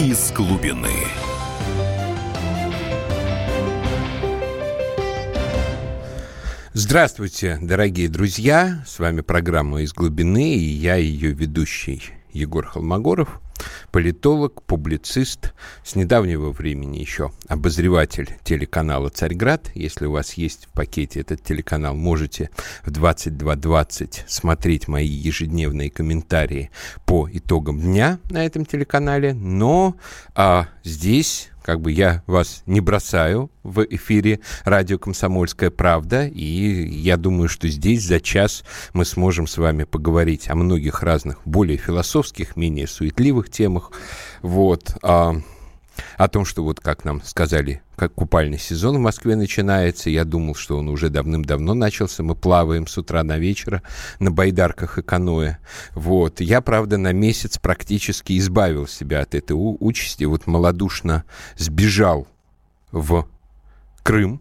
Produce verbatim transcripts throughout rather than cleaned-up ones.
из глубины. Здравствуйте, дорогие друзья! С вами программа «Из глубины», и я ее ведущий Егор Холмогоров, политолог, публицист, с недавнего времени еще обозреватель телеканала «Царьград». Если у вас есть в пакете этот телеканал, можете в двадцать два двадцать смотреть мои ежедневные комментарии по итогам дня на этом телеканале. Но а, здесь... Как бы я вас не бросаю в эфире радио «Комсомольская правда», и я думаю, что здесь за час мы сможем с вами поговорить о многих разных, более философских, менее суетливых темах. Вот. А, о том, что вот, как нам сказали, как купальный сезон в Москве начинается. Я думал, что он уже давным-давно начался. Мы плаваем с утра на вечер на байдарках и каноэ. Вот. Я, правда, на месяц практически избавил себя от этой у- участи. Вот малодушно сбежал в Крым.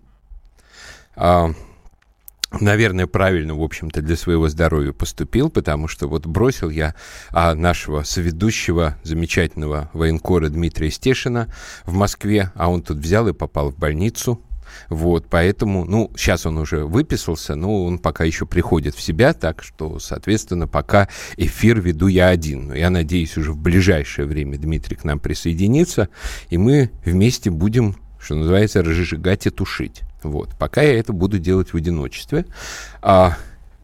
А, наверное, правильно, в общем-то, для своего здоровья поступил, потому что вот бросил я а, нашего соведущего, замечательного военкора Дмитрия Стешина в Москве, а он тут взял и попал в больницу. Вот, поэтому, ну, сейчас он уже выписался, но он пока еще приходит в себя, так что, соответственно, пока эфир веду я один. Но я надеюсь, уже в ближайшее время Дмитрий к нам присоединится, и мы вместе будем, что называется, разжигать и тушить. Вот. Пока я это буду делать в одиночестве. А,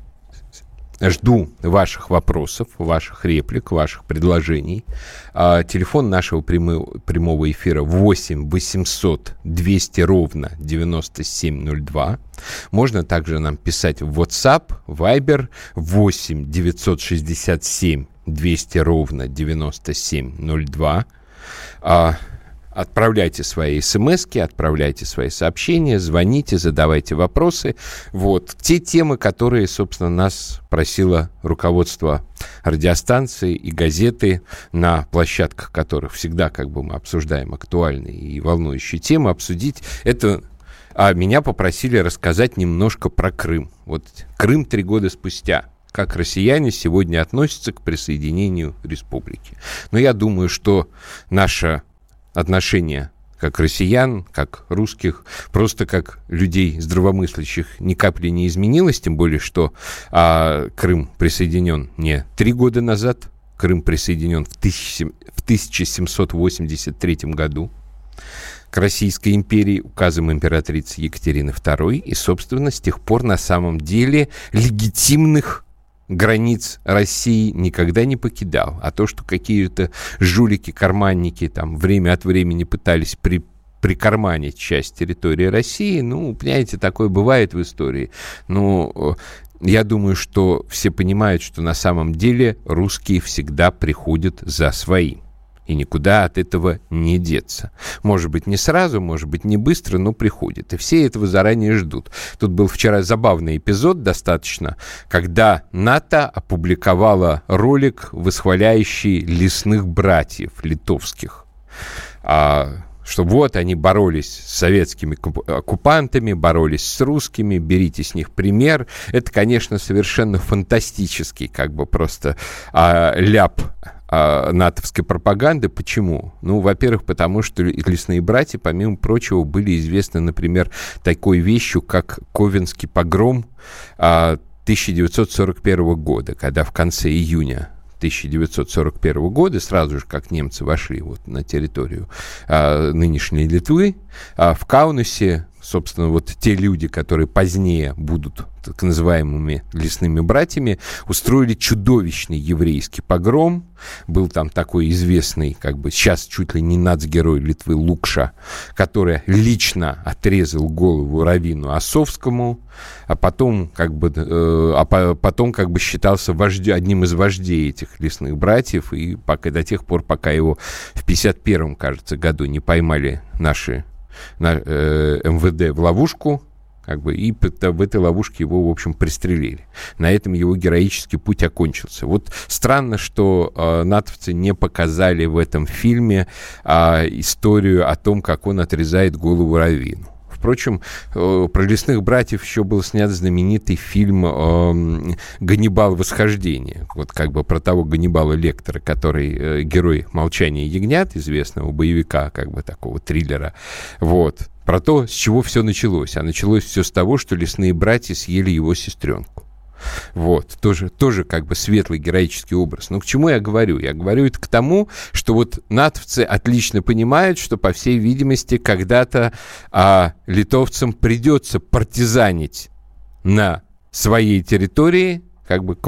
жду ваших вопросов, ваших реплик, ваших предложений. А, телефон нашего прямого, прямого эфира восемь восемьсот двести ровно девяносто семь ноль два. Можно также нам писать в WhatsApp, Viber восемь девятьсот шестьдесят семь двести ровно девяносто семь ноль два. А, Отправляйте свои смски, отправляйте свои сообщения, звоните, задавайте вопросы. Вот. Те темы, которые, собственно, нас просило руководство радиостанции и газеты, на площадках которых всегда как бы мы обсуждаем актуальные и волнующие темы, обсудить. Это... А меня попросили рассказать немножко про Крым. Вот Крым три года спустя. Как россияне сегодня относятся к присоединению республики. Но я думаю, что наша отношение как россиян, как русских, просто как людей здравомыслящих ни капли не изменилось, тем более, что а, Крым присоединен не три года назад, Крым присоединен в, тысяча, в тысяча семьсот восемьдесят третьем году к Российской империи указом императрицы Екатерины второй, и, собственно, с тех пор на самом деле легитимных границ России никогда не покидал. А то, что какие-то жулики-карманники там время от времени пытались при, прикарманить часть территории России, ну, понимаете, такое бывает в истории. Но я думаю, что все понимают, что на самом деле русские всегда приходят за своим. И никуда от этого не деться. Может быть, не сразу, может быть, не быстро, но приходит. И все этого заранее ждут. Тут был вчера забавный эпизод достаточно, когда НАТО опубликовало ролик, восхваляющий лесных братьев литовских. А, что вот они боролись с советскими оккупантами, боролись с русскими, берите с них пример. Это, конечно, совершенно фантастический, как бы просто а, ляп натовской пропаганды. Почему? Ну, во-первых, потому что лесные братья, помимо прочего, были известны, например, такой вещью, как Ковенский погром тысяча девятьсот сорок первого года, когда в конце июня тысяча девятьсот сорок первого года, сразу же, как немцы вошли вот на территорию а, нынешней Литвы, а, в Каунасе, собственно, вот те люди, которые позднее будут так называемыми лесными братьями, устроили чудовищный еврейский погром. Был там такой известный, как бы сейчас чуть ли не нацгерой Литвы Лукша, который лично отрезал голову раввину Осовскому, а потом как бы, э, а потом как бы считался вождем, одним из вождей этих лесных братьев, и пока, до тех пор, пока его в пятьдесят первом, кажется, году не поймали наши на, э, эм вэ дэ в ловушку, как бы, и в этой ловушке его, в общем, пристрелили. На этом его героический путь окончился. Вот странно, что э, натовцы не показали в этом фильме э, историю о том, как он отрезает голову раввину. Впрочем, про «Лесных братьев» еще был снят знаменитый фильм «Ганнибал. Восхождение». Вот как бы про того Ганнибала Лектора, который герой «Молчания ягнят», известного боевика, как бы такого триллера. Вот. Про то, с чего все началось. А началось все с того, что лесные братья съели его сестренку. Вот, тоже, тоже как бы светлый героический образ. Но к чему я говорю? Я говорю это к тому, что вот натовцы отлично понимают, что, по всей видимости, когда-то а, литовцам придется партизанить на своей территории, как бы,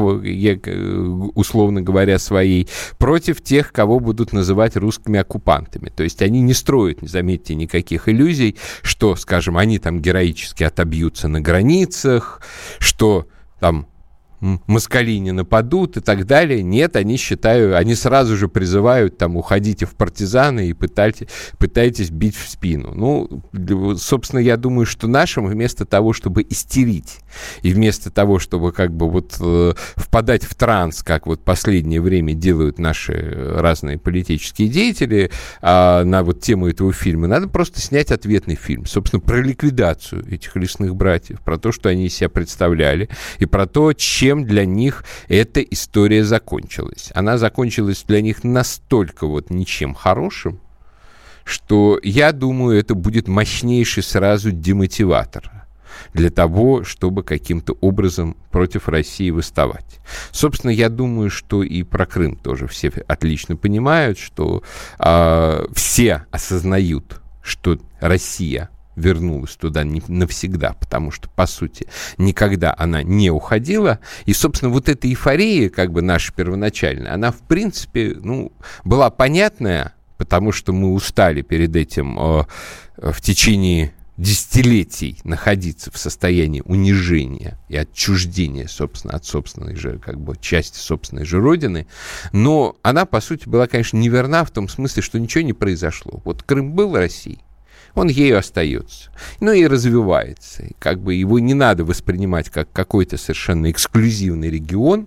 условно говоря, своей, против тех, кого будут называть русскими оккупантами. То есть они не строят, заметьте, никаких иллюзий, что, скажем, они там героически отобьются на границах, что там москали не нападут и так далее. Нет, они считают, они сразу же призывают, там, уходите в партизаны и пытайте, пытайтесь бить в спину. Ну, собственно, я думаю, что нашим вместо того, чтобы истерить, и вместо того, чтобы как бы вот э, впадать в транс, как вот последнее время делают наши разные политические деятели э, на вот тему этого фильма, надо просто снять ответный фильм, собственно, про ликвидацию этих лесных братьев, про то, что они из себя представляли, и про то, чем для них эта история закончилась. Она закончилась для них настолько вот ничем хорошим, что, я думаю, это будет мощнейший сразу демотиватор для того, чтобы каким-то образом против России выставать. Собственно, я думаю, что и про Крым тоже все отлично понимают, что э, все осознают, что Россия вернулась туда не навсегда, потому что, по сути, никогда она не уходила. И, собственно, вот эта эйфория, как бы наша первоначальная, она, в принципе, ну, была понятная, потому что мы устали перед этим э, в течение десятилетий находиться в состоянии унижения и отчуждения, собственно, от собственной же, как бы, части собственной же родины. Но она, по сути, была, конечно, неверна в том смысле, что ничего не произошло. Вот Крым был Россией, он ею остается. Ну и развивается. И как бы его не надо воспринимать как какой-то совершенно эксклюзивный регион,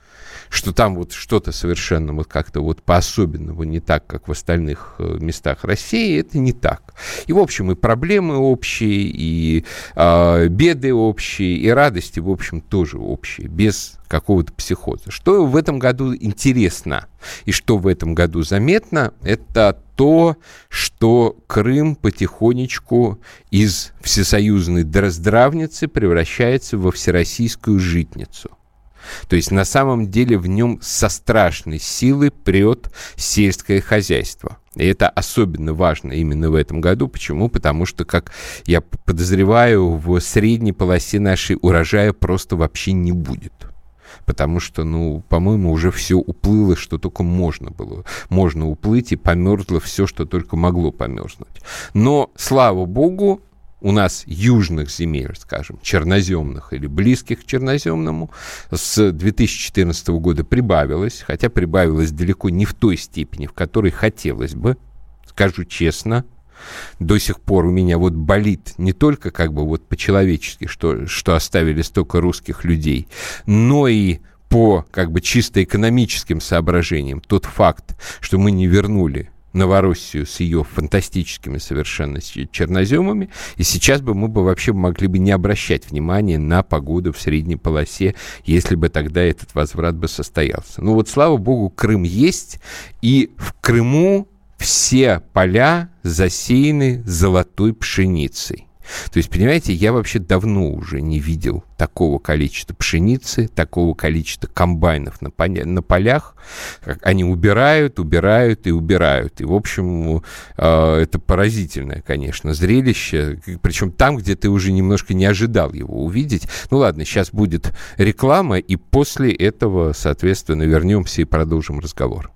что там вот что-то совершенно вот как-то вот по-особенному не так, как в остальных местах России. Это не так. И, в общем, и проблемы общие, и э, беды общие, и радости, в общем, тоже общие, без какого-то психоза. Что в этом году интересно и что в этом году заметно, это то, что Крым потихонечку из всесоюзной раздравницы превращается во всероссийскую житницу. То есть на самом деле в нем со страшной силой прет сельское хозяйство. И это особенно важно именно в этом году. Почему? Потому что, как я подозреваю, в средней полосе нашей урожая просто вообще не будет. Потому что, ну, по-моему, уже все уплыло, что только можно было. Можно уплыть, и померзло все, что только могло померзнуть. Но, слава богу, у нас южных земель, скажем, черноземных или близких к черноземному, с две тысячи четырнадцатого года прибавилось, хотя прибавилось далеко не в той степени, в которой хотелось бы, скажу честно. До сих пор у меня вот болит не только как бы вот по-человечески, что, что оставили столько русских людей, но и по как бы чисто экономическим соображениям тот факт, что мы не вернули Новороссию с ее фантастическими совершенно черноземами, и сейчас бы мы бы вообще могли бы не обращать внимания на погоду в средней полосе, если бы тогда этот возврат бы состоялся. Ну вот, слава богу, Крым есть, и в Крыму все поля засеяны золотой пшеницей. То есть, понимаете, я вообще давно уже не видел такого количества пшеницы, такого количества комбайнов на, поля, на полях. Они убирают, убирают и убирают. И, в общем, э, это поразительное, конечно, зрелище. Причем там, где ты уже немножко не ожидал его увидеть. Ну ладно, сейчас будет реклама, и после этого, соответственно, вернемся и продолжим разговор.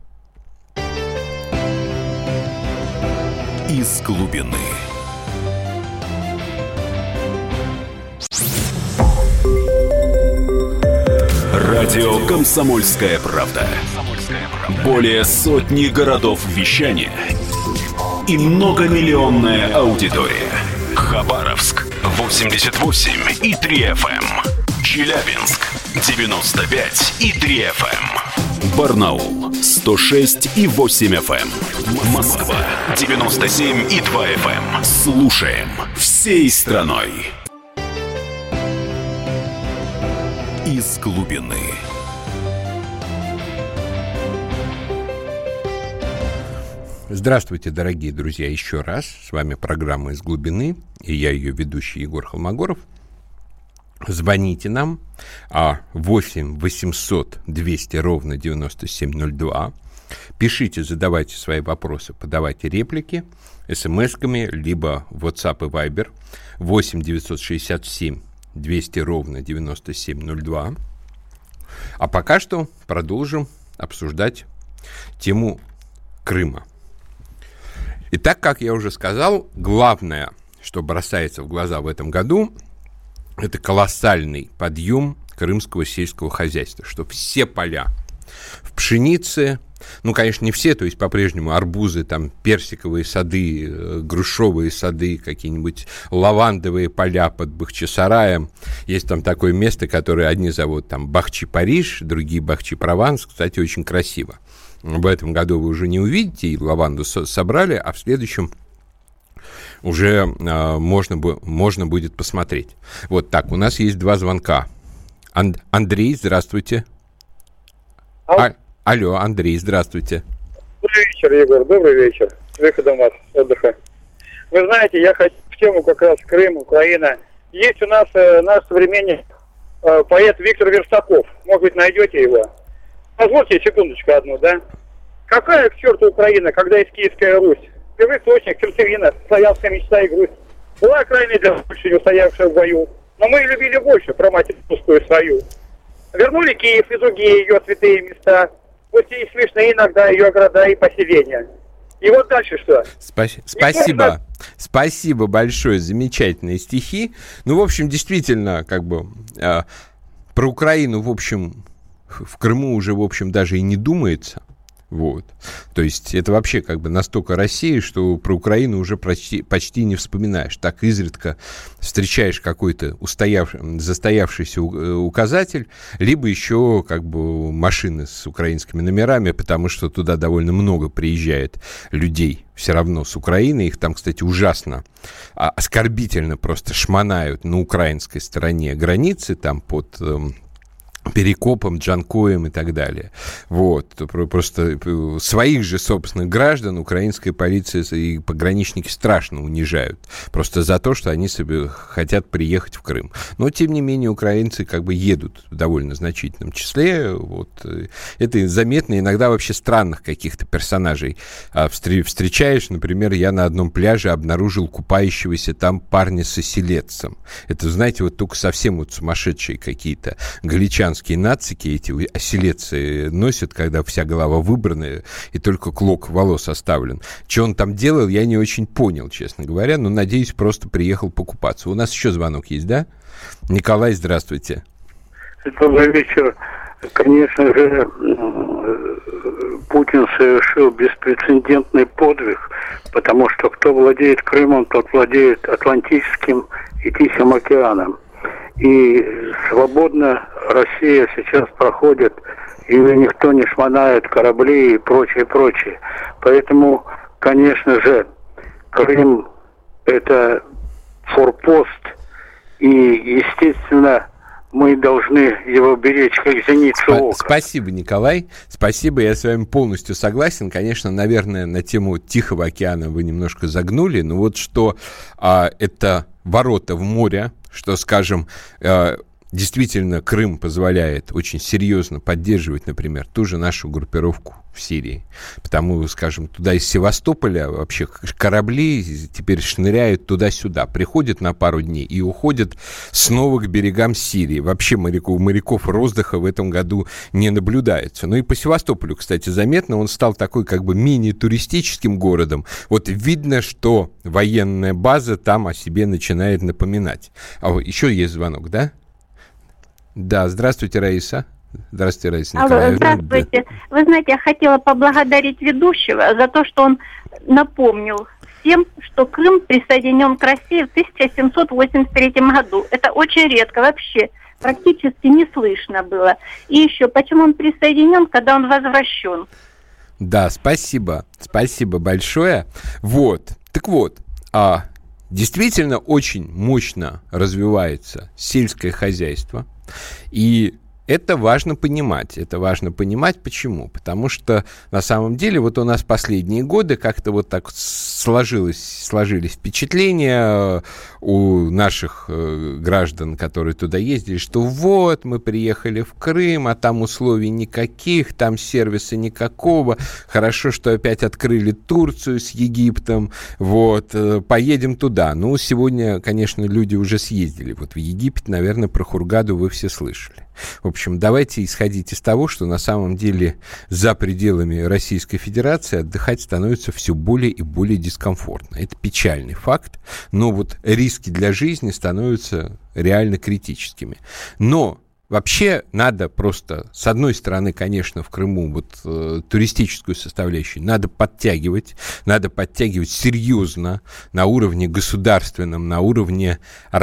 Из глубины. Радио «Комсомольская правда». Более сотни городов вещания и многомиллионная аудитория. Хабаровск восемьдесят восемь и три эф эм. Челябинск девяносто пять и три эф эм. Барнаул сто сто шесть и восемь эф эм. Москва девяносто семь и два эф эм. Слушаем всей страной. Из глубины. Здравствуйте, дорогие друзья, еще раз. С вами программа «Из глубины», и я ее ведущий Егор Холмогоров. Звоните нам а восемь восемьсот двести ровно девяносто семь ноль два. Пишите, задавайте свои вопросы, подавайте реплики смс-ками, либо WhatsApp и Viber восемь девятьсот шестьдесят семь двести ровно девяносто семь ноль два. А пока что продолжим обсуждать тему Крыма. Итак, как я уже сказал, главное, что бросается в глаза в этом году, это колоссальный подъем крымского сельского хозяйства, что все поля в пшенице, ну, конечно, не все, то есть по-прежнему арбузы, там, персиковые сады, грушевые сады, какие-нибудь лавандовые поля под Бахчисараем. Есть там такое место, которое одни зовут там Бахчи-Париж, другие Бахчи-Прованс, кстати, очень красиво. В этом году вы уже не увидите, и лаванду со- собрали, а в следующем уже э, можно, бу- можно будет посмотреть. Вот так, у нас есть два звонка. Ан- Андрей, здравствуйте. А- алло, Андрей, здравствуйте. Добрый вечер, Егор, добрый вечер. С выходом от отдыха. Вы знаете, я хочу в тему как раз Крым, Украина. Есть у нас э, наш современник, э, поэт Виктор Верстаков. Может быть, найдете его? Позвольте секундочку одну, да? Какая к черту Украина, когда есть Киевская Русь? Первый источник, сердцевина, славянская мечта и грусть. Была окраина для Польши, не устоявшая в бою. Но мы любили больше про мать русскую свою. Вернули Киев и другие ее святые места. Пусть и слышно иногда ее города и поселения. И вот дальше что? Спа- спасибо. Можно... Спасибо большое. Замечательные стихи. Ну, в общем, действительно, как бы э, про Украину, в общем... в Крыму уже, в общем, даже и не думается. Вот. То есть это вообще как бы настолько Россия, что про Украину уже почти, почти не вспоминаешь. Так изредка встречаешь какой-то устояв, застоявшийся указатель, либо еще как бы машины с украинскими номерами, потому что туда довольно много приезжает людей все равно с Украины. Их там, кстати, ужасно, оскорбительно просто шмонают на украинской стороне границы, там под... Перекопом, Джанкоем и так далее. Вот. Просто своих же собственных граждан украинская полиция и пограничники страшно унижают. Просто за то, что они себе хотят приехать в Крым. Но, тем не менее, украинцы как бы едут в довольно значительном числе. Вот. Это заметно. Иногда вообще странных каких-то персонажей встречаешь. Например, я на одном пляже обнаружил купающегося там парня с оселедцем. Это, знаете, вот только совсем вот сумасшедшие какие-то галичанские нацики, эти оселедцы носят, когда вся голова выбрана и только клок волос оставлен. Что он там делал, я не очень понял, честно говоря, но, надеюсь, просто приехал покупаться. У нас еще звонок есть, да? Николай, здравствуйте. Добрый вечер. Конечно же, Путин совершил беспрецедентный подвиг, потому что кто владеет Крымом, тот владеет Атлантическим и Тихим океаном. И свободно Россия сейчас проходит, ее никто не шмонает, корабли и прочее, прочее. Поэтому, конечно же, Крым – это форпост, и, естественно, мы должны его беречь как зеницу ока. Спасибо, Николай. Спасибо, я с вами полностью согласен. Конечно, наверное, на тему Тихого океана вы немножко загнули, но вот что а, это ворота в море, что, скажем, э, действительно Крым позволяет очень серьезно поддерживать, например, ту же нашу группировку в Сирии. Потому, скажем, туда из Севастополя вообще корабли теперь шныряют туда-сюда, приходят на пару дней и уходят снова к берегам Сирии. Вообще моряков, моряков роздыха в этом году не наблюдается. Ну и по Севастополю, кстати, заметно, он стал такой как бы мини-туристическим городом. Вот видно, что военная база там о себе начинает напоминать. А еще есть звонок, да? Да, здравствуйте, Раиса. Здравствуйте, Раиса Николаевна. Алло, здравствуйте. Вы знаете, я хотела поблагодарить ведущего за то, что он напомнил всем, что Крым присоединен к России в тысяча семьсот восемьдесят третьем году. Это очень редко вообще, практически не слышно было. И еще, почему он присоединен, когда он возвращен? Да, спасибо. Спасибо большое. Вот. Так вот, а, действительно очень мощно развивается сельское хозяйство. И это важно понимать. Это важно понимать. Почему? Потому что на самом деле вот у нас последние годы как-то вот так сложилось, сложились впечатления у наших э, граждан, которые туда ездили, что вот мы приехали в Крым, а там условий никаких, там сервиса никакого. Хорошо, что опять открыли Турцию с Египтом. Вот, э, поедем туда. Ну, сегодня, конечно, люди уже съездили. Вот в Египет, наверное, про Хургаду вы все слышали. В общем, давайте исходить из того, что на самом деле за пределами Российской Федерации отдыхать становится все более и более дискомфортно. Это печальный факт, но вот риски для жизни становятся реально критическими. Но вообще надо просто, с одной стороны, конечно, в Крыму вот э, туристическую составляющую надо подтягивать, надо подтягивать серьезно на уровне государственном, на уровне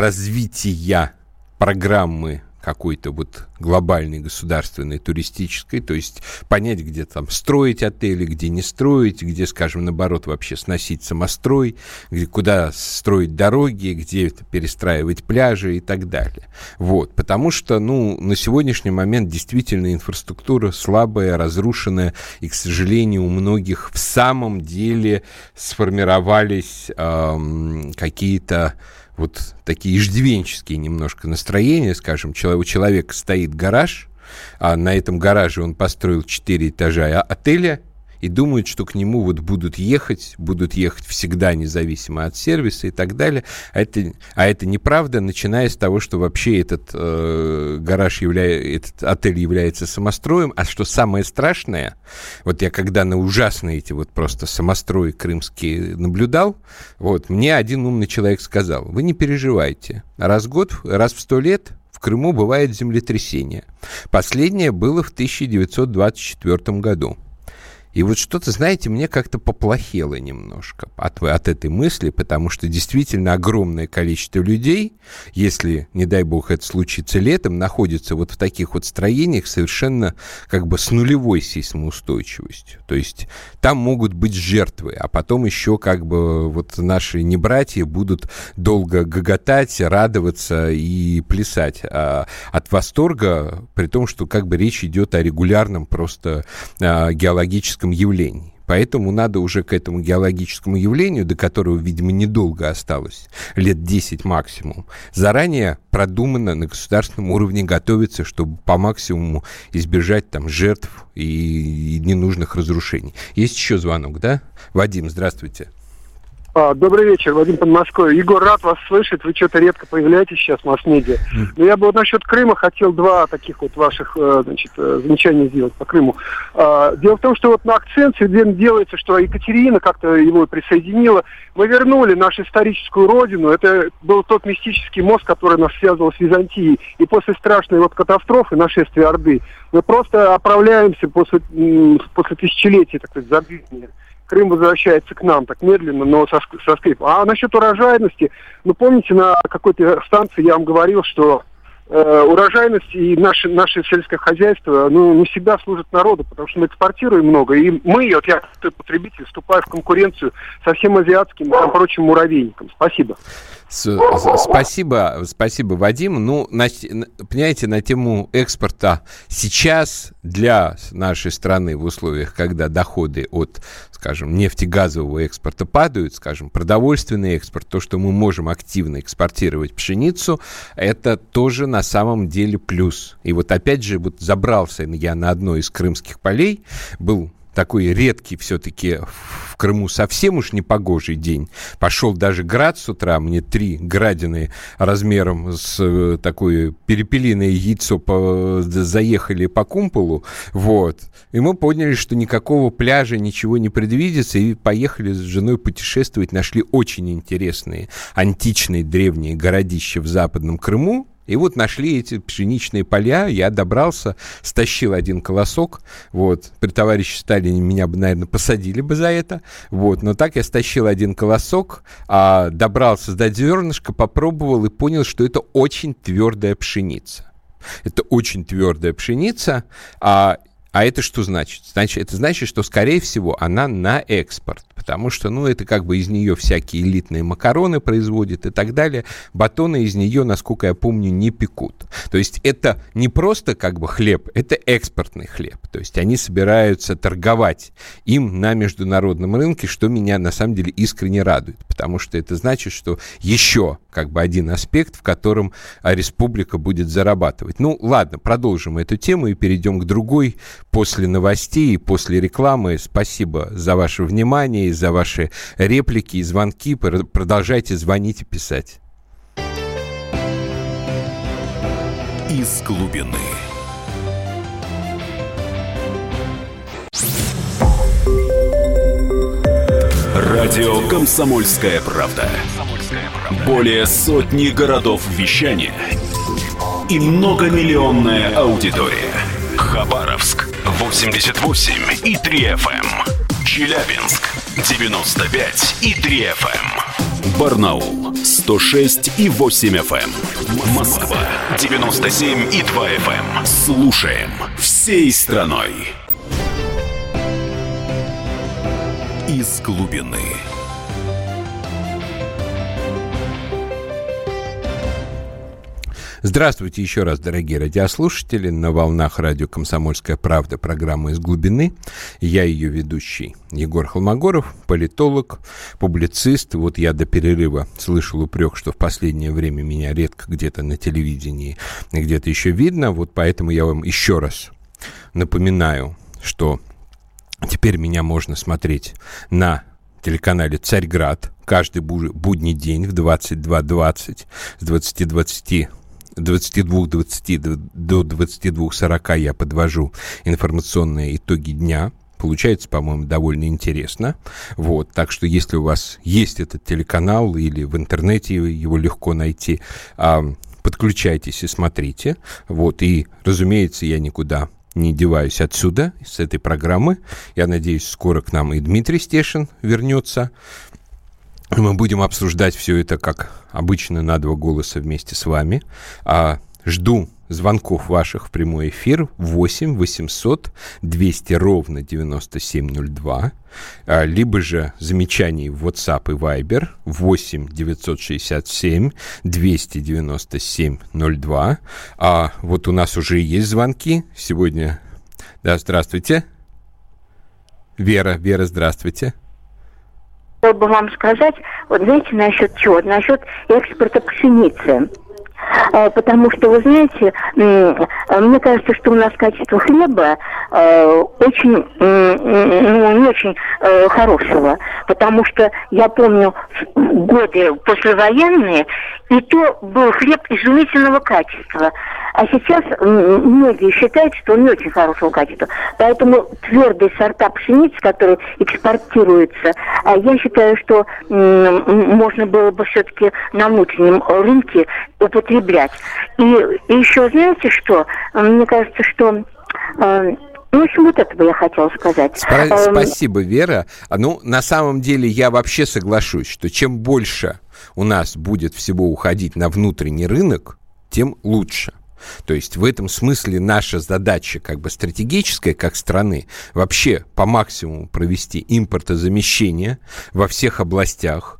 развития программы какой-то вот глобальной, государственной, туристической, то есть понять, где там строить отели, где не строить, где, скажем, наоборот, вообще сносить самострой, где, куда строить дороги, где перестраивать пляжи и так далее. Вот, потому что, ну, на сегодняшний момент действительно инфраструктура слабая, разрушенная, и, к сожалению, у многих в самом деле сформировались эм, какие-то вот такие иждивенческие немножко настроения, скажем, у человека стоит гараж, а на этом гараже он построил четыре этажа отеля, и думают, что к нему вот будут ехать, будут ехать всегда, независимо от сервиса и так далее. А это, а это неправда, начиная с того, что вообще этот э, гараж, явля... этот отель является самостроем. А что самое страшное, вот я когда на ужасные эти вот просто самострои крымские наблюдал, вот, мне один умный человек сказал: вы не переживайте, раз в год, раз в сто лет в Крыму бывает землетрясение. Последнее было в тысяча девятьсот двадцать четвёртом году. И вот что-то, знаете, мне как-то поплохело немножко от, от этой мысли, потому что действительно огромное количество людей, если, не дай бог, это случится летом, находится вот в таких вот строениях совершенно как бы с нулевой сейсмоустойчивостью. То есть там могут быть жертвы, а потом еще как бы вот наши небратья будут долго гоготать, радоваться и плясать а, от восторга, при том, что как бы речь идет о регулярном просто а, геологическом явлений. Поэтому надо уже к этому геологическому явлению, до которого, видимо, недолго осталось, лет десять максимум, заранее продуманно на государственном уровне готовиться, чтобы по максимуму избежать там жертв и ненужных разрушений. Есть еще звонок, да? Вадим, здравствуйте. А, добрый вечер, Вадим Подмосковье. Егор, рад вас слышать, вы что-то редко появляетесь сейчас в масс-медиа. Но я бы вот насчет Крыма хотел два таких вот ваших, значит, замечания сделать по Крыму. А, дело в том, что вот на акцент делается, что Екатерина как-то его присоединила. Мы вернули нашу историческую родину, это был тот мистический мост, который нас связывал с Византией. И после страшной вот катастрофы, нашествия Орды, мы просто оправляемся после, после тысячелетия, так сказать, забвения. Крым возвращается к нам так медленно, но со, со скрипом. А насчет урожайности, ну, помните, на какой-то станции я вам говорил, что э, урожайность и наше, наше сельское хозяйство, ну, не всегда служит народу, потому что мы экспортируем много, и мы, вот я, потребитель, вступаю в конкуренцию со всем азиатским и там прочим муравейником. Спасибо. Спасибо, спасибо, Вадим. Ну, на, понимаете, на тему экспорта сейчас для нашей страны в условиях, когда доходы от, скажем, нефтегазового экспорта падают, скажем, продовольственный экспорт, то, что мы можем активно экспортировать пшеницу, это тоже на самом деле плюс. И вот опять же, вот забрался я на одно из крымских полей, был такой редкий все-таки в Крыму совсем уж непогожий день. Пошел даже град с утра, мне три градины размером с такое перепелиное яйцо по, заехали по кумполу, вот. И мы поняли, что никакого пляжа, ничего не предвидится, и поехали с женой путешествовать, нашли очень интересные античные древние городища в Западном Крыму. И вот нашли эти пшеничные поля, я добрался, стащил один колосок, вот, при товарище Сталине меня бы, наверное, посадили бы за это, вот, но так я стащил один колосок, а, добрался сдать зернышко, попробовал и понял, что это очень твердая пшеница. Это очень твердая пшеница, а А это что значит? Значит, это значит, что, скорее всего, она на экспорт, потому что, ну, это как бы из нее всякие элитные макароны производят и так далее. Батоны из нее, насколько я помню, не пекут. То есть это не просто как бы хлеб, это экспортный хлеб. То есть они собираются торговать им на международном рынке, что меня на самом деле искренне радует, потому что это значит, что еще как бы один аспект, в котором республика будет зарабатывать. Ну, ладно, продолжим эту тему и перейдем к другой после новостей и после рекламы. Спасибо за ваше внимание, за ваши реплики и звонки. Продолжайте звонить и писать. Из глубины. Радио «Комсомольская правда». Более сотни городов вещания и многомиллионная аудитория. Хабаровск восемьдесят восемь и три эф эм, Челябинск девяносто пять и три эф эм, Барнаул сто шесть и восемь эф эм, Москва девяносто семь и два эф эм. Слушаем всей страной. Из глубины. Здравствуйте еще раз, дорогие радиослушатели. На волнах радио «Комсомольская правда» программа «Из глубины». Я ее ведущий Егор Холмогоров, политолог, публицист. Вот я до перерыва слышал упрек, что в последнее время меня редко где-то на телевидении, где-то еще видно. Вот поэтому я вам еще раз напоминаю, что теперь меня можно смотреть на телеканале «Царьград» каждый будний день в двадцать два двадцать с двадцати двадцати двадцати двух двадцати до двадцати двух сорока я подвожу информационные итоги дня. Получается, по-моему, довольно интересно. Вот, так что если у вас есть этот телеканал или в интернете его легко найти, подключайтесь и смотрите. Вот, и, разумеется, я никуда не деваюсь отсюда, с этой программы. Я надеюсь, скоро к нам и Дмитрий Стешин вернется. Мы будем обсуждать все это, как обычно, на два голоса вместе с вами. А, жду звонков ваших в прямой эфир восемь восемьсот двести ровно девяносто семь ноль два, а, либо же замечаний в WhatsApp и Viber восемь девятьсот шестьдесят семь двести девяносто семь ноль два. А вот у нас уже есть звонки сегодня. Да, здравствуйте. Вера, Вера, здравствуйте. Хотел бы вам сказать, вот знаете, насчет чего? Насчет экспорта пшеницы. Потому что, вы знаете, мне кажется, что у нас качество хлеба очень, ну, не очень хорошего. Потому что я помню годы послевоенные, и то был хлеб изумительного качества. А сейчас многие считают, что он не очень хорошего качества. Поэтому твердые сорта пшеницы, которые экспортируются, я считаю, что можно было бы все-таки на внутреннем рынке употреблять. И, и еще, знаете что? Мне кажется, что... В общем, вот это бы я хотела сказать. Спасибо, Вера. Ну, на самом деле, я вообще соглашусь, что чем больше у нас будет всего уходить на внутренний рынок, тем лучше. То есть в этом смысле наша задача как бы стратегическая, как страны, вообще по максимуму провести импортозамещение во всех областях,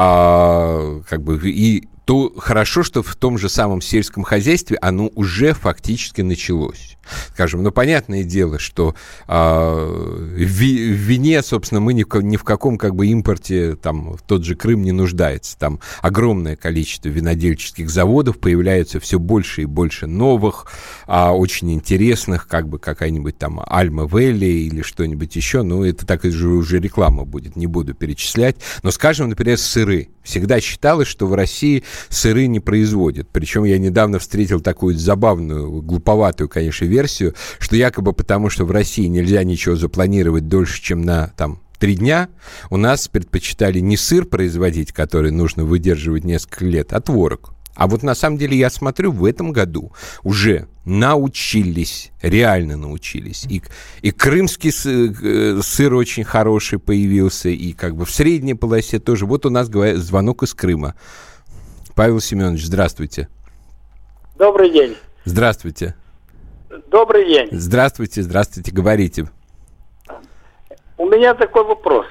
а, как бы, и то хорошо, что в том же самом сельском хозяйстве оно уже фактически началось. Скажем, ну, понятное дело, что э, в, в вине, собственно, мы ни в, ни в каком как бы импорте, там, в тот же Крым не нуждается. Там огромное количество винодельческих заводов, появляется все больше и больше новых, э, очень интересных, как бы какая-нибудь там Альма-Велли или что-нибудь еще. Ну, это так и же уже реклама будет, не буду перечислять. Но, скажем, например, сыры. Всегда считалось, что в России сыры не производят. Причем я недавно встретил такую забавную, глуповатую, конечно, версию, что якобы потому, что в России нельзя ничего запланировать дольше, чем на там три дня, у нас предпочитали не сыр производить, который нужно выдерживать несколько лет, а творог. А вот на самом деле я смотрю, в этом году уже научились, реально научились. И, и крымский сыр, сыр очень хороший появился, и как бы в средней полосе тоже. Вот у нас говорят, звонок из Крыма. Павел Семенович, здравствуйте. Добрый день. Здравствуйте. Добрый день. Здравствуйте, здравствуйте, говорите. У меня такой вопрос.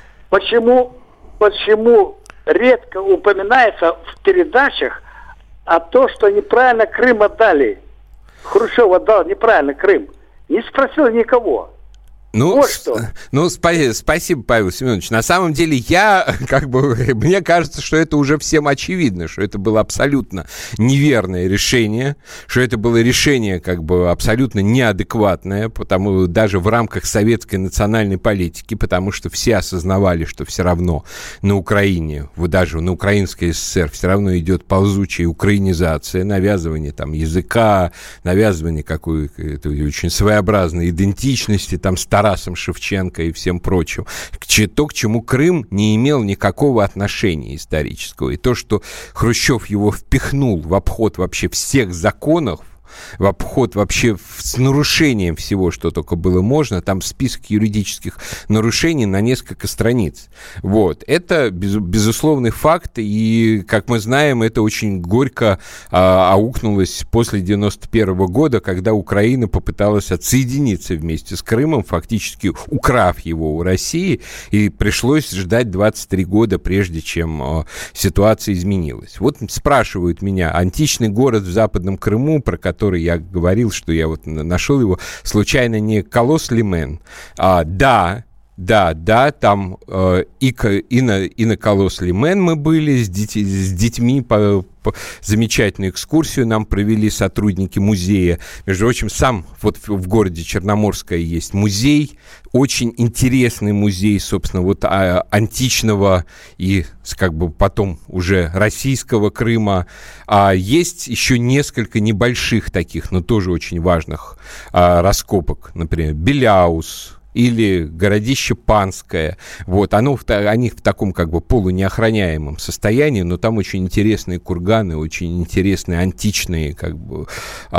Почему, почему редко упоминается в передачах о том, что неправильно Крым отдали? Хрущев отдал неправильно Крым. Не спросил никого. Ну, вот что. ну спа- спасибо, Павел Семенович. На самом деле, я, как бы, мне кажется, что это уже всем очевидно, что это было абсолютно неверное решение, что это было решение, как бы, абсолютно неадекватное, потому даже в рамках советской национальной политики, потому что все осознавали, что все равно на Украине, вот даже на Украинской ССР все равно идет ползучая украинизация, навязывание там языка, навязывание какой-то очень своеобразной идентичности, там, Тарасом Шевченко и всем прочим. То, к чему Крым не имел никакого отношения исторического. И то, что Хрущев его впихнул в обход вообще всех законов, в обход вообще с нарушением всего, что только было можно. Там список юридических нарушений на несколько страниц. Вот. Это, без, безусловный факт, и, как мы знаем, это очень горько а, аукнулось после девяносто первого года, когда Украина попыталась отсоединиться вместе с Крымом, фактически украв его у России, и пришлось ждать двадцать три года, прежде чем а, ситуация изменилась. Вот спрашивают меня, античный город в Западном Крыму, про который я говорил, что я вот нашел его, случайно не Колос-Лимен. А, да, да, да, там э, и, и, на, и на Колос-Лимен мы были с, дети, с детьми, по, по, замечательную экскурсию нам провели сотрудники музея. Между прочим, сам вот в, в городе Черноморское есть музей, очень интересный музей, собственно, вот а, античного и как бы потом уже российского Крыма. А есть еще несколько небольших таких, но тоже очень важных а, раскопок. Например, Беляус или городище Панское. Вот, оно в, они в таком как бы полунеохраняемом состоянии, но там очень интересные курганы, очень интересные античные как бы э,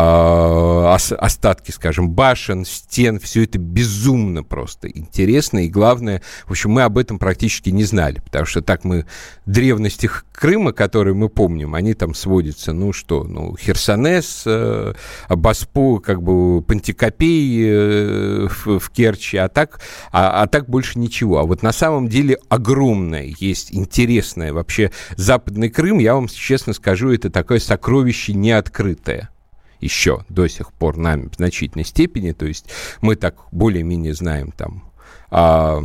ос, остатки, скажем, башен, стен. Все это безумно просто интересно. И главное, в общем, мы об этом практически не знали, потому что так мы древности Крыма, которые мы помним, они там сводятся, ну что, ну, Херсонес, э, Боспо, как бы Пантикопей э, в, в Керчи, а так, а, а так больше ничего. А вот на самом деле огромное есть интересное вообще Западный Крым, я вам честно скажу, это такое сокровище неоткрытое еще до сих пор нами в значительной степени, то есть мы так более-менее знаем там а,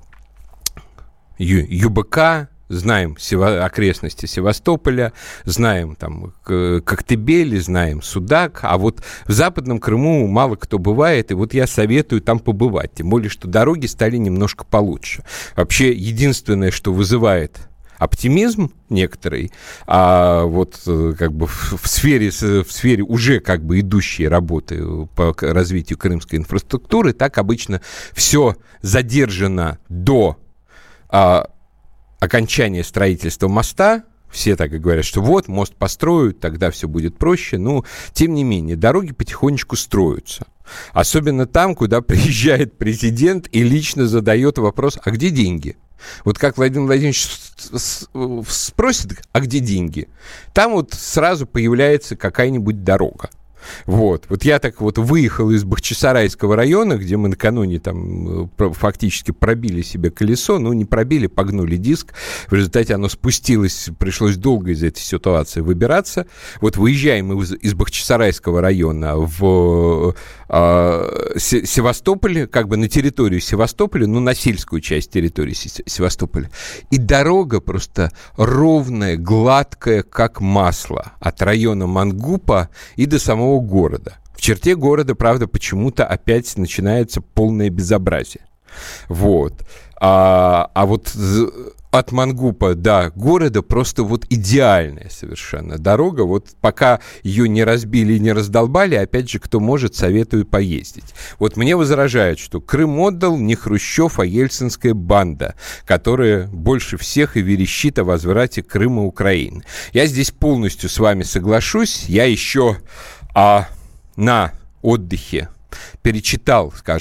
Ю, ЮБК, знаем Сева- окрестности Севастополя, знаем там Коктебель, знаем Судак, а вот в Западном Крыму мало кто бывает, и вот я советую там побывать, тем более, что дороги стали немножко получше. Вообще, единственное, что вызывает оптимизм некоторый, а вот как бы в, в сфере, в сфере уже как бы идущей работы по развитию крымской инфраструктуры, так обычно все задержано до а, окончания строительства моста. Все так и говорят, что вот, мост построят, тогда все будет проще. Но, тем не менее, дороги потихонечку строятся. Особенно там, куда приезжает президент и лично задает вопрос, а где деньги? Вот как Владимир Владимирович спросит, а где деньги? Там вот сразу появляется какая-нибудь дорога. Вот. Вот я так вот выехал из Бахчисарайского района, где мы накануне там фактически пробили себе колесо, ну, не пробили, погнули диск. В результате оно спустилось, пришлось долго из этой ситуации выбираться. Вот выезжаем мы из, из Бахчисарайского района в э, Севастополь, как бы на территорию Севастополя, ну, на сельскую часть территории Севастополя. И дорога просто ровная, гладкая, как масло, от района Мангупа и до самого города. В черте города, правда, почему-то опять начинается полное безобразие. Вот. А, а вот от Мангупа до города просто вот идеальная совершенно дорога. Вот пока ее не разбили и не раздолбали, опять же, кто может, советую поездить. Вот мне возражают, что Крым отдал не Хрущев, а ельцинская банда, которая больше всех и верещит о возврате Крыма Украины. Я здесь полностью с вами соглашусь. Я еще а, на отдыхе перечитал, скажем,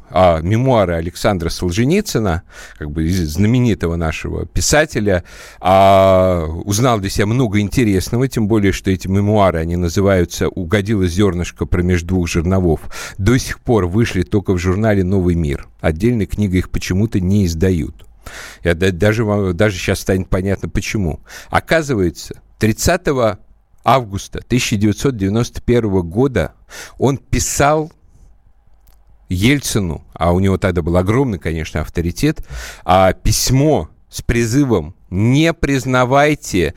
а, мемуары Александра Солженицына, как бы знаменитого нашего писателя, а, узнал для себя много интересного, тем более, что эти мемуары, они называются «Угодило зернышко промеж двух жерновов». До сих пор вышли только в журнале «Новый мир». Отдельной книгой их почему-то не издают. Я, даже, даже сейчас станет понятно, почему. Оказывается, тридцатого августа тысяча девятьсот девяносто первого года он писал Ельцину, а у него тогда был огромный, конечно, авторитет, а письмо с призывом: не признавайте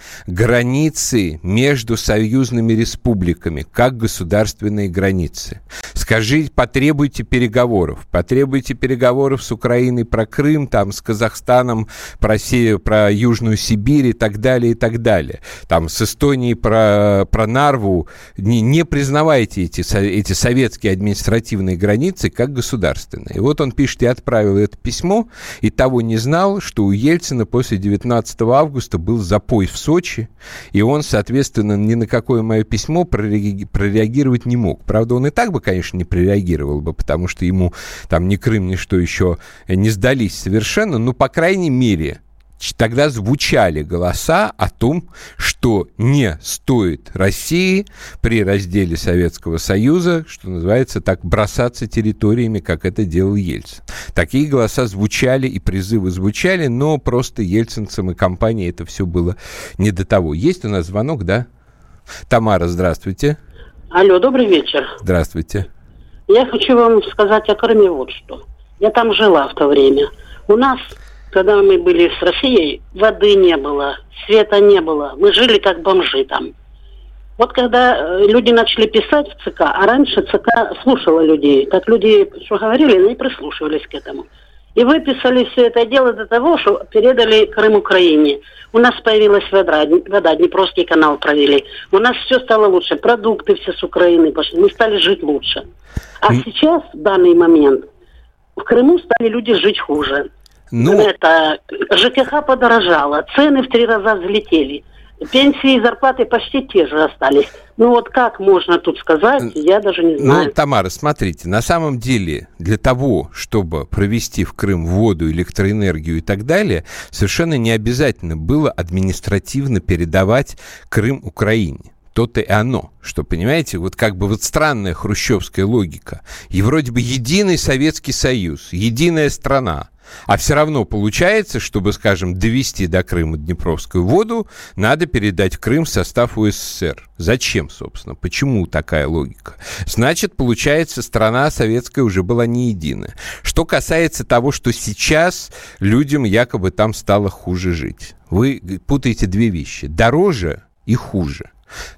границы между союзными республиками как государственные границы. Скажите, потребуйте переговоров. Потребуйте переговоров с Украиной про Крым, там, с Казахстаном про, Се- про Южную Сибирь и так далее, и так далее. Там, с Эстонией про, про Нарву. Не, не признавайте эти, эти советские административные границы как государственные. И вот он пишет: я отправил это письмо, и того не знал, что у Ельцина после девятнадцатого августа был запой в Сочи, и он, соответственно, ни на какое мое письмо прореагировать не мог. Правда, он и так бы, конечно, не прореагировал бы, потому что ему там ни Крым, ни что еще не сдались совершенно, но, по крайней мере, тогда звучали голоса о том, что не стоит России при разделе Советского Союза, что называется так, бросаться территориями, как это делал Ельцин. Такие голоса звучали и призывы звучали, но просто ельцинцам и компании это все было не до того. Есть у нас звонок, да? Тамара, здравствуйте. Алло, добрый вечер. Здравствуйте. Я хочу вам сказать о Крыме вот что. Я там жила в то время. У нас, когда мы были с Россией, воды не было, света не было. Мы жили как бомжи там. Вот когда люди начали писать в ЦК, а раньше ЦК слушала людей, как люди что говорили, они прислушивались к этому. И выписали все это дело до того, что передали Крым Украине. У нас появилась вода, вода, Днепровский канал провели. У нас все стало лучше, продукты все с Украины пошли, мы стали жить лучше. А mm. сейчас, в данный момент, в Крыму стали люди жить хуже. Ну... Это, ЖКХ подорожало, цены в три раза взлетели. Пенсии и зарплаты почти те же остались. Ну вот как можно тут сказать, я даже не знаю. Ну, Тамара, смотрите, на самом деле для того, чтобы провести в Крым воду, электроэнергию и так далее, совершенно не обязательно было административно передавать Крым Украине. То-то и оно, что, понимаете, вот как бы вот странная хрущевская логика. И вроде бы единый Советский Союз, единая страна. А все равно получается, чтобы, скажем, довести до Крыма Днепровскую воду, надо передать Крым в состав УССР. Зачем, собственно? Почему такая логика? Значит, получается, страна советская уже была не единая. Что касается того, что сейчас людям якобы там стало хуже жить. Вы путаете две вещи. Дороже и хуже.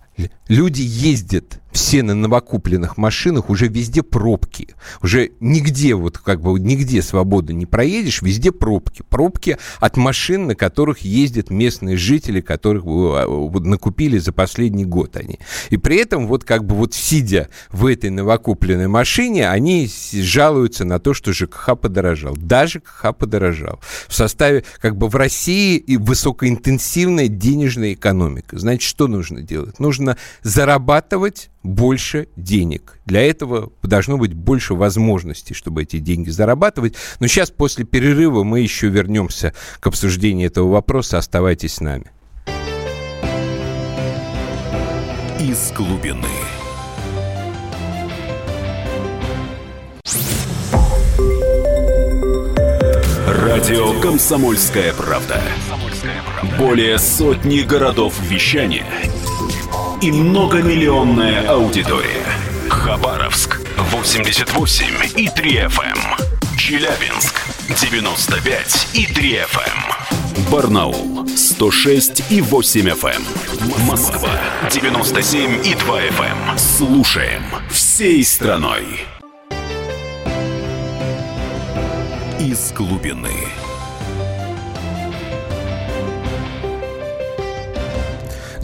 Люди ездят все на новокупленных машинах, уже везде пробки. Уже нигде, вот как бы нигде свободно не проедешь, везде пробки. Пробки от машин, на которых ездят местные жители, которых вот накупили за последний год они. И при этом вот как бы вот сидя в этой новокупленной машине, они жалуются на то, что ЖКХ подорожал. Да, ЖКХ подорожал. В составе, как бы в России и высокоинтенсивная денежная экономика. Значит, что нужно делать? Нужно зарабатывать больше денег. Для этого должно быть больше возможностей, чтобы эти деньги зарабатывать. Но сейчас, после перерыва, мы еще вернемся к обсуждению этого вопроса. Оставайтесь с нами. Из глубины. Радио «Комсомольская правда». Более сотни городов вещания и многомиллионная аудитория. Хабаровск восемьдесят восемь и три эф эм. Челябинск девяносто пять и три эф эм. Барнаул сто шесть и восемь эф эм. Москва девяносто семь и два эф эм. Слушаем всей страной. Из глубины.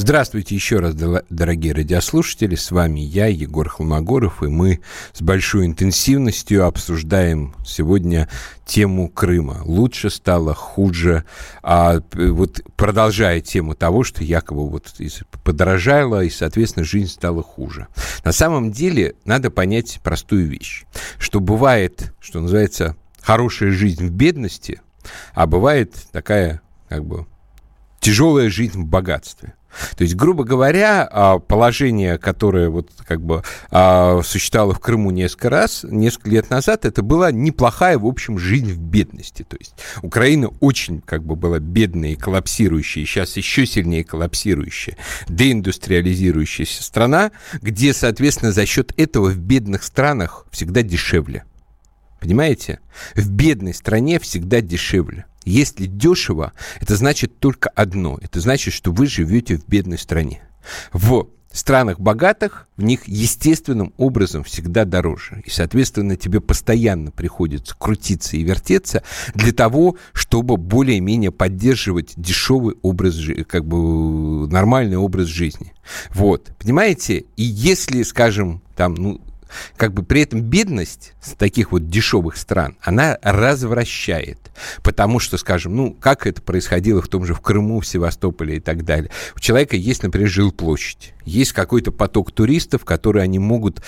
Здравствуйте еще раз, дорогие радиослушатели. С вами я, Егор Холмогоров, и мы с большой интенсивностью обсуждаем сегодня тему Крыма. Лучше стало, хуже. А вот продолжая тему того, что якобы вот подорожало, и, соответственно, жизнь стала хуже. На самом деле надо понять простую вещь, что бывает, что называется, хорошая жизнь в бедности, а бывает такая, как бы, тяжелая жизнь в богатстве. То есть, грубо говоря, положение, которое вот как бы существовало в Крыму несколько раз, несколько лет назад, это была неплохая, в общем, жизнь в бедности. То есть Украина очень как бы была бедная и коллапсирующая, и сейчас еще сильнее коллапсирующая, деиндустриализирующаяся страна, где, соответственно, за счет этого в бедных странах всегда дешевле. Понимаете? В бедной стране всегда дешевле. Если дешево, это значит только одно. Это значит, что вы живете в бедной стране. В странах богатых в них естественным образом всегда дороже. И, соответственно, тебе постоянно приходится крутиться и вертеться для того, чтобы более-менее поддерживать дешевый образ жизни, как бы нормальный образ жизни. Вот. Понимаете? И если, скажем, там, ну, как бы при этом бедность с таких вот дешевых стран, она развращает. Потому что, скажем, ну, как это происходило в том же в Крыму, в Севастополе и так далее. У человека есть, например, жилплощадь. Есть какой-то поток туристов, которые они могут,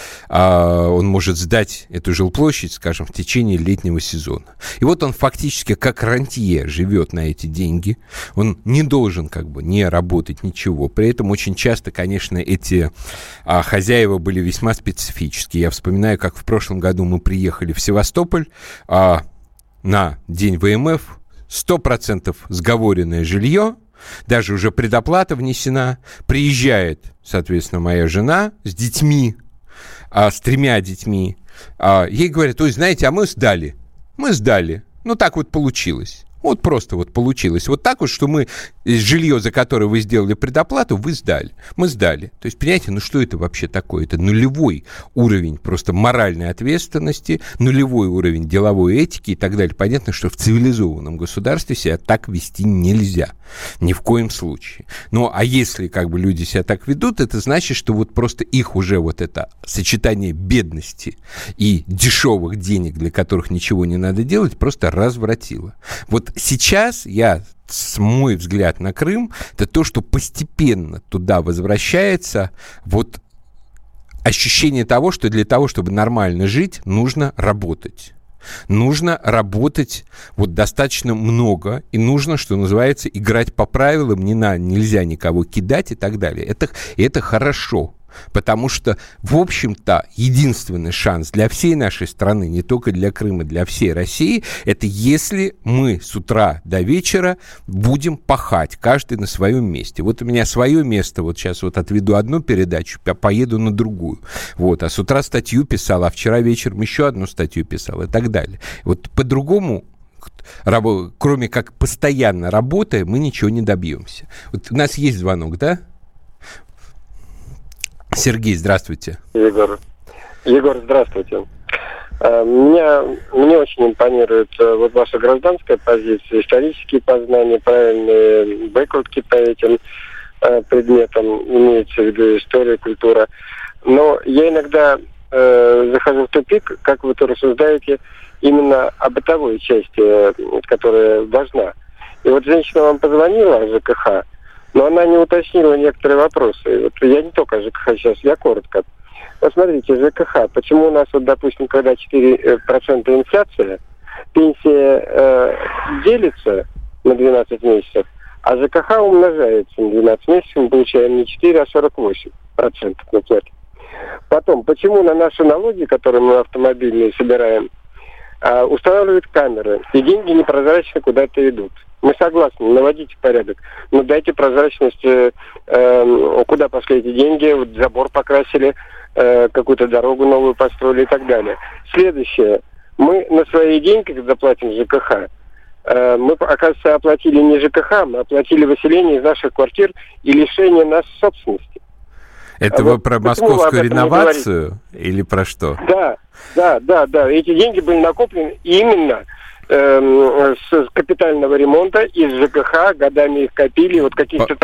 а, он может сдать эту жилплощадь, скажем, в течение летнего сезона. И вот он фактически как рантье живет на эти деньги. Он не должен как бы не работать, ничего. При этом очень часто, конечно, эти а, хозяева были весьма специфические. Я вспоминаю, как в прошлом году мы приехали в Севастополь а, на День ВМФ, сто процентов сговоренное жилье, даже уже предоплата внесена. Приезжает, соответственно, моя жена с детьми, а, с тремя детьми. А, ей говорят: ой, знаете, а мы сдали. Мы сдали. Ну, так вот получилось. Вот просто вот получилось. Вот так вот, что мы жилье, за которое вы сделали предоплату, вы сдали. Мы сдали. То есть, понимаете, ну что это вообще такое? Это нулевой уровень просто моральной ответственности, нулевой уровень деловой этики и так далее. Понятно, что в цивилизованном государстве себя так вести нельзя. Ни в коем случае. Ну, а если как бы люди себя так ведут, это значит, что вот просто их уже вот это сочетание бедности и дешевых денег, для которых ничего не надо делать, просто развратило. Вот сейчас я, с мой взгляд на Крым, это то, что постепенно туда возвращается вот ощущение того, что для того, чтобы нормально жить, нужно работать. Нужно работать вот достаточно много, и нужно, что называется, играть по правилам, не на, нельзя никого кидать и так далее. Это, это хорошо. Потому что, в общем-то, единственный шанс для всей нашей страны, не только для Крыма, для всей России, это если мы с утра до вечера будем пахать, каждый на своем месте. Вот у меня свое место, вот сейчас вот отведу одну передачу, я поеду на другую. Вот, а с утра статью писал, а вчера вечером еще одну статью писал и так далее. Вот по-другому, кроме как постоянно работая, мы ничего не добьемся. Вот у нас есть звонок, да? Сергей, здравствуйте. Егор. Егор, здравствуйте. Меня, мне очень импонирует вот ваша гражданская позиция, исторические познания, правильные выкрутки по этим предметам, имеется в виду история, культура. Но я иногда э, захожу в тупик, как вы то рассуждаете, именно о бытовой части, которая важна. И вот женщина вам позвонила о ЖКХ, но она не уточнила некоторые вопросы. Вот я не только о ЖКХ сейчас, я коротко. Вот смотрите, ЖКХ. Почему у нас, вот, допустим, когда четыре процента инфляция, пенсия э, делится на двенадцать месяцев, а ЖКХ умножается на двенадцать месяцев, мы получаем не четыре, а сорок восемь процентов на плату. Потом, почему на наши налоги, которые мы автомобильные собираем, э, устанавливают камеры, и деньги непрозрачно куда-то идут? Мы согласны, наводите порядок, но дайте прозрачность, э, э, куда пошли эти деньги, вот забор покрасили, э, какую-то дорогу новую построили и так далее. Следующее. Мы на свои деньги, когда платим ЖКХ, э, мы, оказывается, оплатили не ЖКХ, мы оплатили выселение из наших квартир и лишение нас собственности. Это а вы вот про московскую вы реновацию или про что? Да, да, да, да. Эти деньги были накоплены именно с капитального ремонта из ЖКХ, годами их копили, вот каких-то там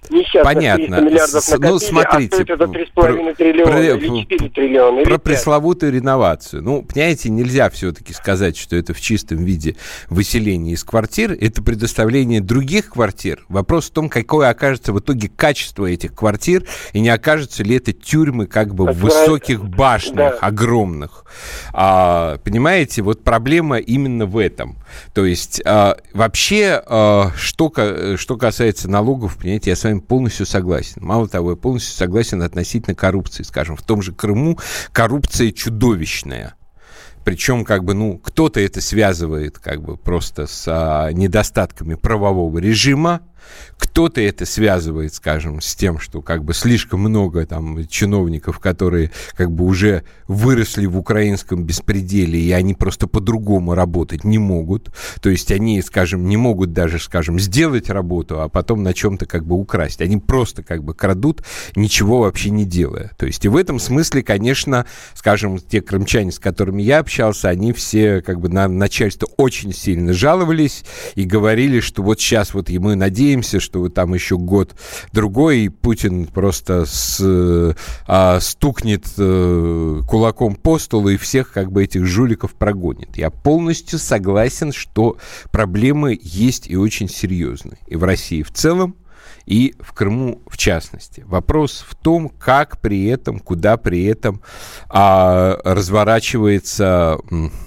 несчастных понятно. триста миллиардов С, накопили, ну, смотрите, а стоит это три с половиной триллиона про, или четыре триллиона. Про или пресловутую реновацию. Ну, понимаете, нельзя все-таки сказать, что это в чистом виде выселение из квартир. Это предоставление других квартир. Вопрос в том, какое окажется в итоге качество этих квартир, и не окажется ли это тюрьмы как бы так в высоких башнях, да. огромных. А, понимаете, вот проблема именно в этом. То есть а, вообще, а, что, что касается налогов, понимаете, я с вами полностью согласен. Мало того, я полностью согласен относительно коррупции. Скажем, в том же Крыму коррупция чудовищная. Причем, как бы, ну, кто-то это связывает, как бы, просто с а, недостатками правового режима, кто-то это связывает, скажем, с тем, что, как бы, слишком много там чиновников, которые, как бы, уже выросли в украинском беспределе, и они просто по-другому работать не могут. То есть они, скажем, не могут даже, скажем, сделать работу, а потом на чем-то, как бы, украсть. Они просто, как бы, крадут, ничего вообще не делая. То есть и в этом смысле, конечно, скажем, те крымчане, с которыми я общался, они все, как бы, на начальство очень сильно жаловались и говорили, что вот сейчас вот мы надеемся, что вот там еще год-другой, и Путин просто с, а, стукнет а, кулаком по столу и всех, как бы, этих жуликов прогонит. Я полностью согласен, что проблемы есть и очень серьезные. И в России в целом, и в Крыму в частности. Вопрос в том, как при этом, куда при этом а, разворачивается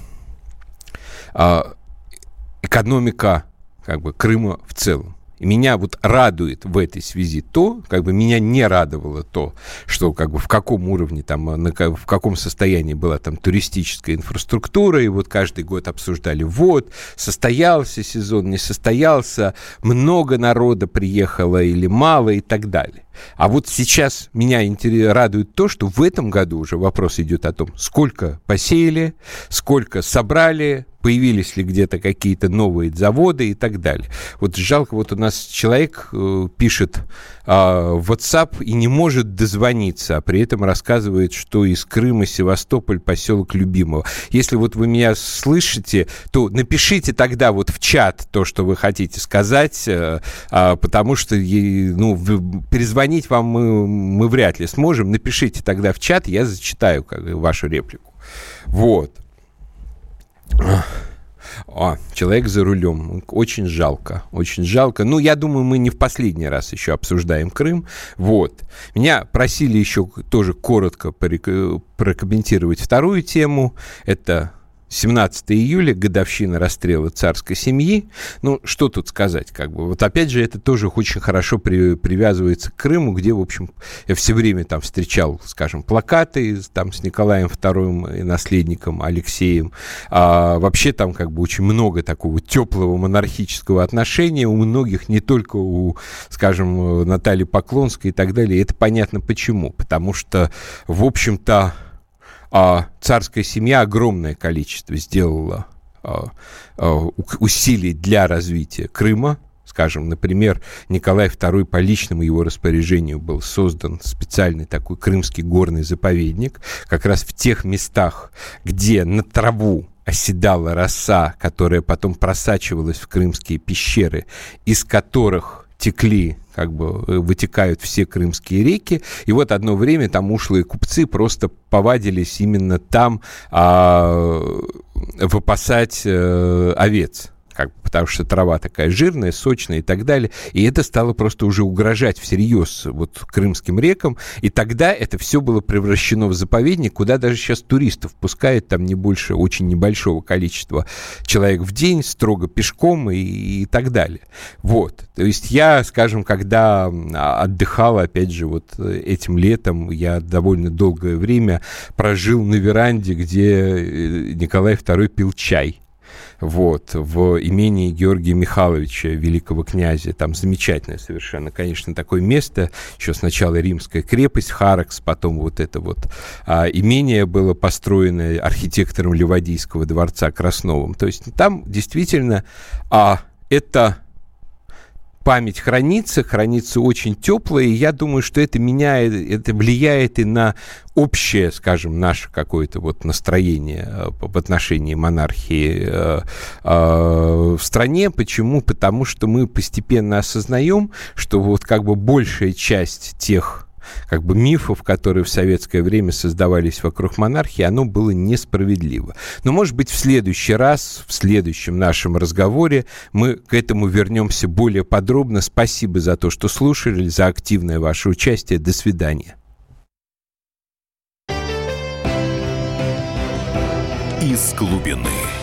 а, экономика, как бы, Крыма в целом. И меня вот радует в этой связи то, как бы меня не радовало то, что, как бы, в каком уровне, там, на, в каком состоянии была там туристическая инфраструктура, и вот каждый год обсуждали, вот, состоялся сезон, не состоялся, много народа приехало или мало и так далее. А вот сейчас меня радует то, что в этом году уже вопрос идет о том, сколько посеяли, сколько собрали, появились ли где-то какие-то новые заводы и так далее. Вот жалко, вот у нас человек э, пишет э, в WhatsApp и не может дозвониться, а при этом рассказывает, что из Крыма, Севастополь, поселок Любимого. Если вот вы меня слышите, то напишите тогда вот в чат то, что вы хотите сказать, э, э, потому что, ну, перезвонить вам мы, мы вряд ли сможем. Напишите тогда в чат, я зачитаю, как, вашу реплику. Вот. О, человек за рулем. Очень жалко, очень жалко. Ну, я думаю, мы не в последний раз еще обсуждаем Крым. Вот. Меня просили еще тоже коротко прокомментировать вторую тему. Это семнадцатого июля, годовщина расстрела царской семьи. Ну, что тут сказать, как бы. Вот опять же, это тоже очень хорошо при, привязывается к Крыму, где, в общем, я все время там встречал, скажем, плакаты там с Николаем вторым и наследником Алексеем. А вообще там, как бы, очень много такого теплого монархического отношения у многих, не только у, скажем, Натальи Поклонской и так далее. И это понятно почему. Потому что, в общем-то, А царская семья огромное количество сделала а, а, усилий для развития Крыма. Скажем, например, Николай второй по личному его распоряжению был создан специальный такой крымский горный заповедник, как раз в тех местах, где на траву оседала роса, которая потом просачивалась в крымские пещеры, из которых текли, как бы, вытекают все крымские реки. И вот одно время там ушлые купцы просто повадились именно там а, выпасать а, овец. Как, потому что трава такая жирная, сочная и так далее. И это стало просто уже угрожать всерьез вот крымским рекам. И тогда это все было превращено в заповедник, куда даже сейчас туристов пускают там не больше очень небольшого количества человек в день, строго пешком и, и так далее. Вот. То есть я, скажем, когда отдыхал, опять же, вот этим летом, я довольно долгое время прожил на веранде, где Николай второй пил чай. Вот, в имении Георгия Михайловича, великого князя. Там замечательное совершенно, конечно, такое место. Еще сначала римская крепость Харакс, потом вот это вот а, имение было построено архитектором Ливадийского дворца Красновым. То есть там действительно а, это память хранится, хранится очень теплая, и я думаю, что это меняет, это влияет и на общее, скажем, наше какое-то вот настроение в отношении монархии э, э, в стране. Почему? Потому что мы постепенно осознаем, что вот как бы большая часть тех как бы мифов, которые в советское время создавались вокруг монархии, оно было несправедливо. Но, может быть, в следующий раз, в следующем нашем разговоре мы к этому вернемся более подробно. Спасибо за то, что слушали, за активное ваше участие. До свидания. Из глубины.